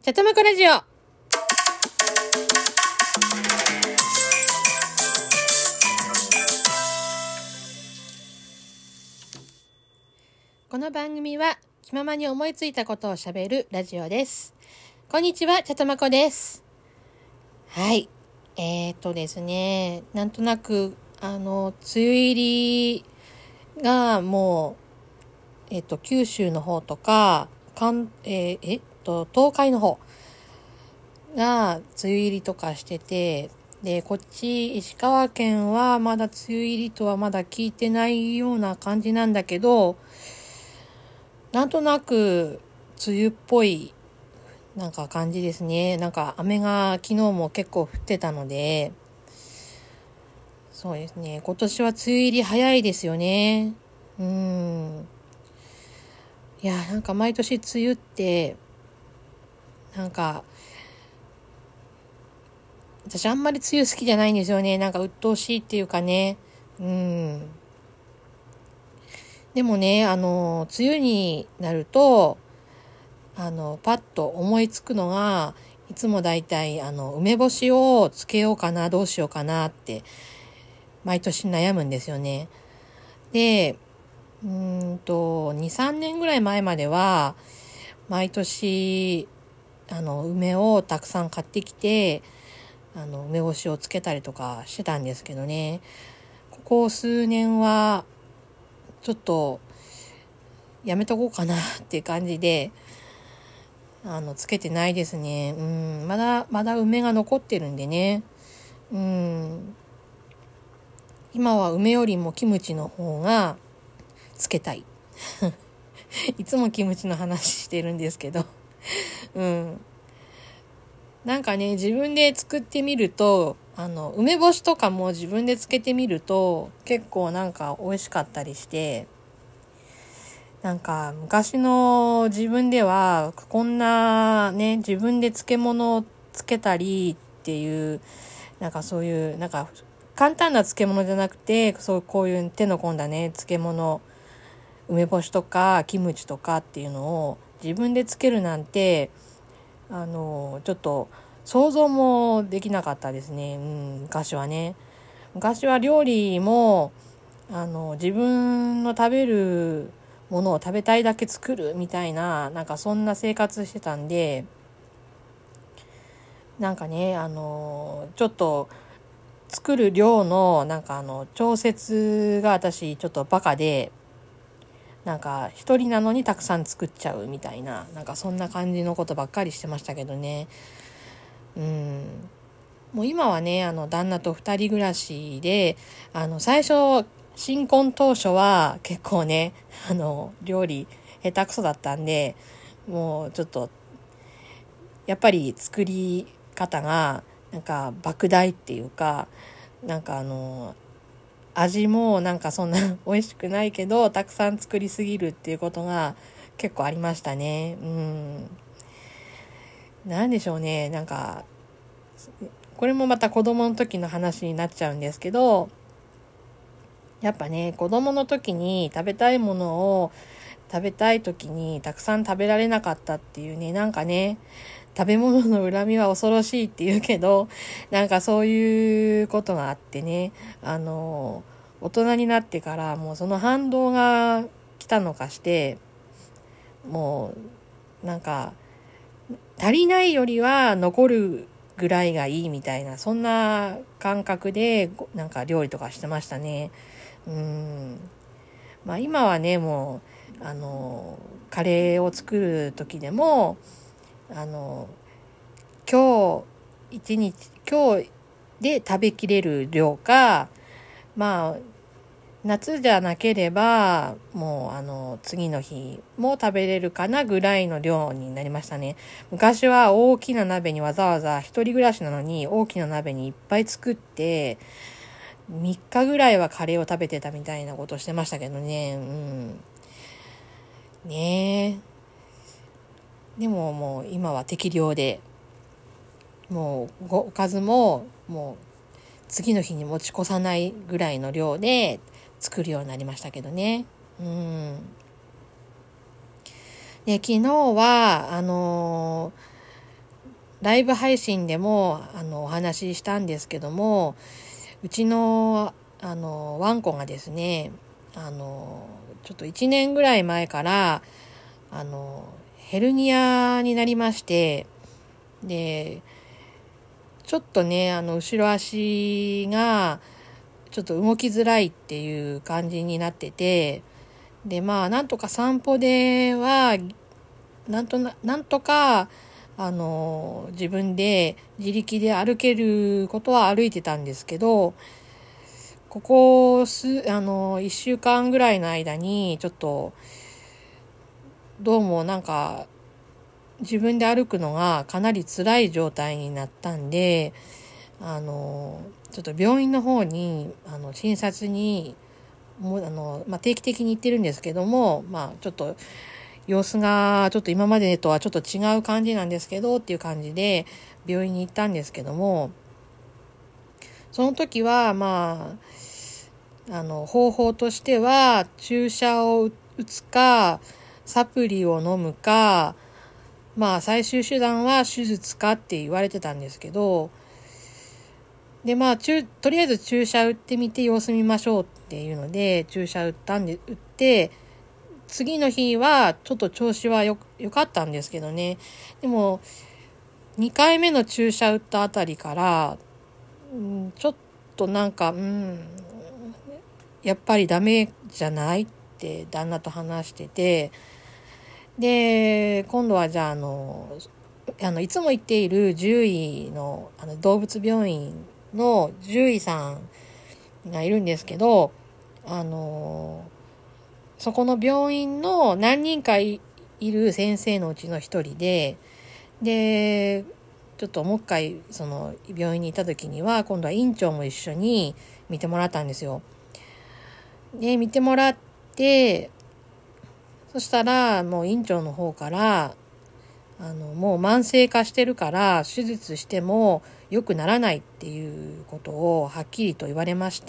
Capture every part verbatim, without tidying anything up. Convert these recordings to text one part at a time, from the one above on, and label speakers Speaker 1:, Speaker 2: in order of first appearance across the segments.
Speaker 1: ちゃとまこラジオ。この番組は気ままに思いついたことをしゃべるラジオです。こんにちは、ちゃとまこです。はい。えーとですね、なんとなく、あの、梅雨入りがもう、えっと、九州の方とか、関、えー、えっと、東海の方が梅雨入りとかしてて、で、こっち、石川県はまだ梅雨入りとはまだ聞いてないような感じなんだけど、なんとなく梅雨っぽいなんか感じですね。なんか雨が昨日も結構降ってたので、そうですね。今年は梅雨入り早いですよね。うーん。いや、なんか毎年梅雨って、なんか、私あんまり梅雨好きじゃないんですよね。なんか鬱陶しいっていうかね。うん。でもね、あの、梅雨になると、あの、パッと思いつくのが、いつもだいたい、あの、梅干しをつけようかな、どうしようかなって、毎年悩むんですよね。で、うーんと、に、さんねんぐらい前までは、毎年、あの、梅をたくさん買ってきて、あの、梅干しをつけたりとかしてたんですけどね。ここ数年は、ちょっと、やめとこうかなっていう感じで、あの、つけてないですね。うん、まだ、まだ梅が残ってるんでね。うん、今は梅よりもキムチの方がつけたい。いつもキムチの話してるんですけど。うん。なんかね、自分で作ってみると、あの、梅干しとかも自分でつけてみると、結構なんか美味しかったりして、なんか昔の自分では、こんなね、自分で漬物をつけたりっていう、なんかそういう、なんか簡単な漬物じゃなくて、そうこういう手の込んだね、漬物、梅干しとかキムチとかっていうのを自分で漬けるなんて、あの、ちょっと想像もできなかったですね。うん、昔はね。昔は料理も、あの、自分の食べるものを食べたいだけ作るみたいな、なんかそんな生活してたんで、なんかね、あの、ちょっと作る量の、なんかあの、調節が私ちょっとバカで、なんか一人なのにたくさん作っちゃうみたいな、なんかそんな感じのことばっかりしてましたけどね。うん。もう今はね、あの旦那と二人暮らしで、あの最初新婚当初は結構ね、あの料理下手くそだったんで、もうちょっとやっぱり作り方がなんか莫大っていうか、なんかあの味もなんかそんな美味しくないけど、たくさん作りすぎるっていうことが結構ありましたね。うん。なんでしょうね。なんか、これもまた子供の時の話になっちゃうんですけど、やっぱね、子供の時に食べたいものを食べたい時にたくさん食べられなかったっていうね、なんかね、食べ物の恨みは恐ろしいって言うけど、なんかそういうことがあってね、あの、大人になってからもうその反動が来たのかして、もうなんか足りないよりは残るぐらいがいいみたいな、そんな感覚でなんか料理とかしてましたね。うーん。まあ今はね、もう、あの、カレーを作る時でも、あの、今日一日、今日で食べきれる量か、まあ、夏じゃなければ、もうあの、次の日も食べれるかなぐらいの量になりましたね。昔は大きな鍋にわざわざ一人暮らしなのに大きな鍋にいっぱい作って、みっかぐらいはカレーを食べてたみたいなことをしてましたけどね。うん。ねえ。でももう今は適量で、もうおかずももう次の日に持ち越さないぐらいの量で作るようになりましたけどね。うん。で、昨日は、あのライブ配信でもあのお話ししたんですけども、うちのあのワンコがですね、あのちょっといちねんぐらい前からあのヘルニアになりまして、でちょっとねあの後ろ足がちょっと動きづらいっていう感じになってて、でまあなんとか散歩ではなんとななんとかあの自分で自力で歩けることは歩いてたんですけど、ここすあのいっしゅうかんぐらいの間にちょっとどうもなんか自分で歩くのがかなり辛い状態になったんで、あのちょっと病院の方にあの診察にもうあの、まあ、定期的に行ってるんですけども、まあちょっと様子がちょっと今までとはちょっと違う感じなんですけどっていう感じで病院に行ったんですけども、その時はまああの方法としては注射を打つかサプリを飲むか、まあ最終手段は手術かって言われてたんですけど、でまあとりあえず注射打ってみて様子見ましょうっていうので注射打ったんで打って次の日はちょっと調子はよ良かったんですけどね、でもにかいめの注射打ったあたりから、うん、ちょっとなんかうんやっぱりダメじゃないって旦那と話してて、で今度はじゃああのあのいつも行っている獣医の、あの動物病院の獣医さんがいるんですけど、あのそこの病院の何人か い, いる先生のうちの一人で、でちょっともう一回その病院にいた時には今度は院長も一緒に見てもらったんですよ。で見てもらって、そしたらもう院長の方からあのもう慢性化してるから手術しても良くならないっていうことをはっきりと言われまして、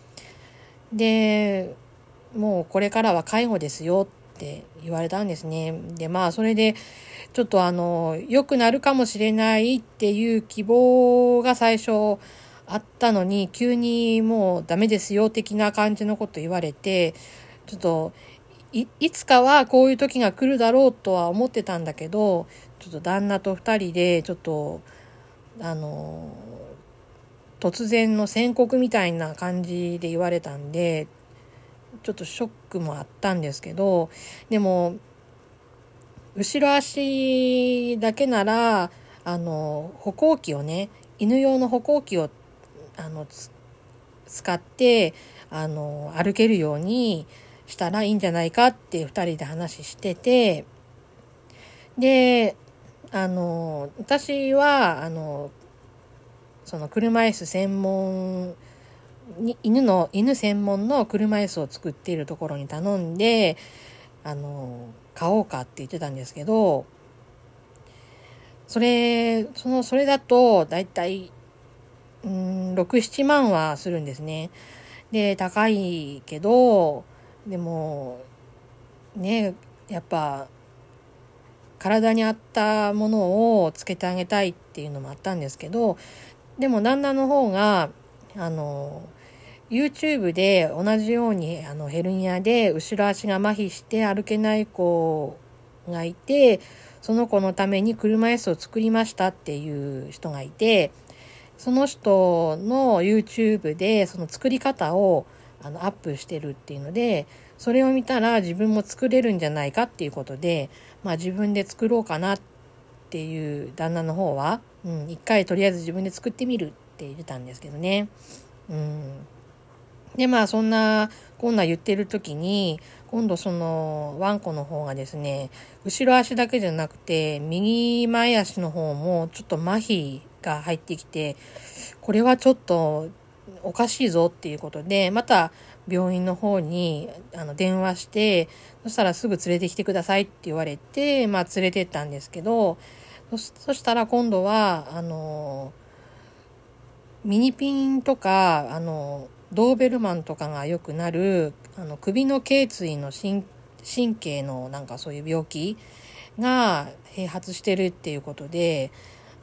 Speaker 1: でもうこれからは介護ですよって言われたんですね。でまあそれでちょっとあの良くなるかもしれないっていう希望が最初あったのに、急にもうダメですよ的な感じのこと言われて、ちょっと い, いつかはこういう時が来るだろうとは思ってたんだけど、ちょっと旦那と二人でちょっとあの突然の宣告みたいな感じで言われたんで、ちょっとショックもあったんですけど、でも後ろ足だけならあの歩行器をね、犬用の歩行器をあの使ってあの歩けるようにしたらいいんじゃないかって二人で話してて、であの私はあのその車椅子専門に犬の犬専門の車椅子を作っているところに頼んであの買おうかって言ってたんですけど、それそのそれだとだいたいろく、ななまんはするんですね。で高いけど、でもねやっぱ体に合ったものをつけてあげたいっていうのもあったんですけど、でも旦那の方があの YouTube で同じようにあのヘルニアで後ろ足が麻痺して歩けない子がいて、その子のために車椅子を作りましたっていう人がいて、その人の YouTube でその作り方をあのアップしてるっていうので、それを見たら自分も作れるんじゃないかっていうことで、まあ自分で作ろうかなっていう旦那の方は、うん、一回とりあえず自分で作ってみるって言ってたんですけどね。うん。でまあそんなこんな言ってる時に、今度そのワンコの方がですね、後ろ足だけじゃなくて右前足の方もちょっと麻痺が入ってきて、これはちょっとおかしいぞっていうことで、また病院の方にあの電話して、そしたらすぐ連れてきてくださいって言われて、まあ連れてったんですけど、そ, そしたら今度はあのミニピンとかあのドーベルマンとかがよくなるあの首の頸椎の神経のなんかそういう病気が併発してるっていうことで、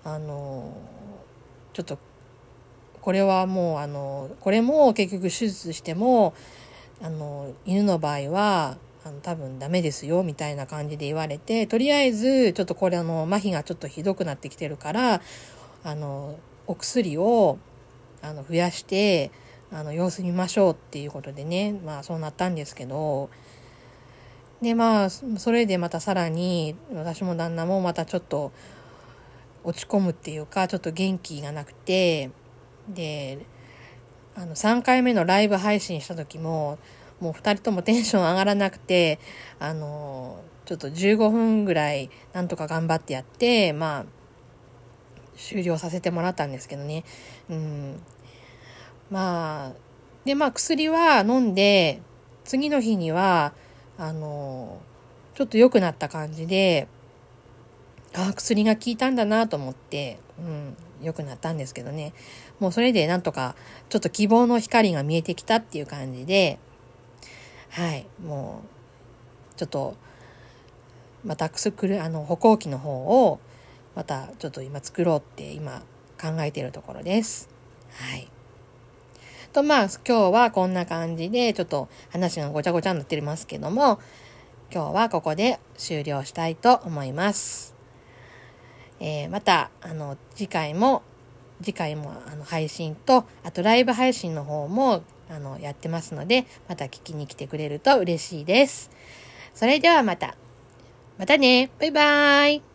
Speaker 1: あのちょっとこれはもうあのこれも結局手術してもあの犬の場合はあの多分ダメですよみたいな感じで言われて、とりあえずちょっとこれあの麻痺がちょっとひどくなってきてるからあのお薬をあの増やしてあの様子見ましょうっていうことでね、まあそうなったんですけど、でまあそれでまたさらに私も旦那もまたちょっと落ち込むっていうかちょっと元気がなくて、であのさんかいめのライブ配信した時ももうふたりともテンション上がらなくて、あのちょっとじゅうごふんぐらいなんとか頑張ってやって、まあ終了させてもらったんですけどね。うん、まあでまあ薬は飲んで次の日にはあのちょっと良くなった感じで、ああ薬が効いたんだなと思って、うん、良くなったんですけどね。もうそれでなんとかちょっと希望の光が見えてきたっていう感じで、はいもうちょっとまた作るあの歩行器の方をまたちょっと今作ろうって今考えているところです。はい。とまあ今日はこんな感じでちょっと話がごちゃごちゃになってますけども、今日はここで終了したいと思います。えー、またあの次回も次回もあの配信とあとライブ配信の方もあのやってますので、また聞きに来てくれると嬉しいです。それではまたまたね、バイバーイ。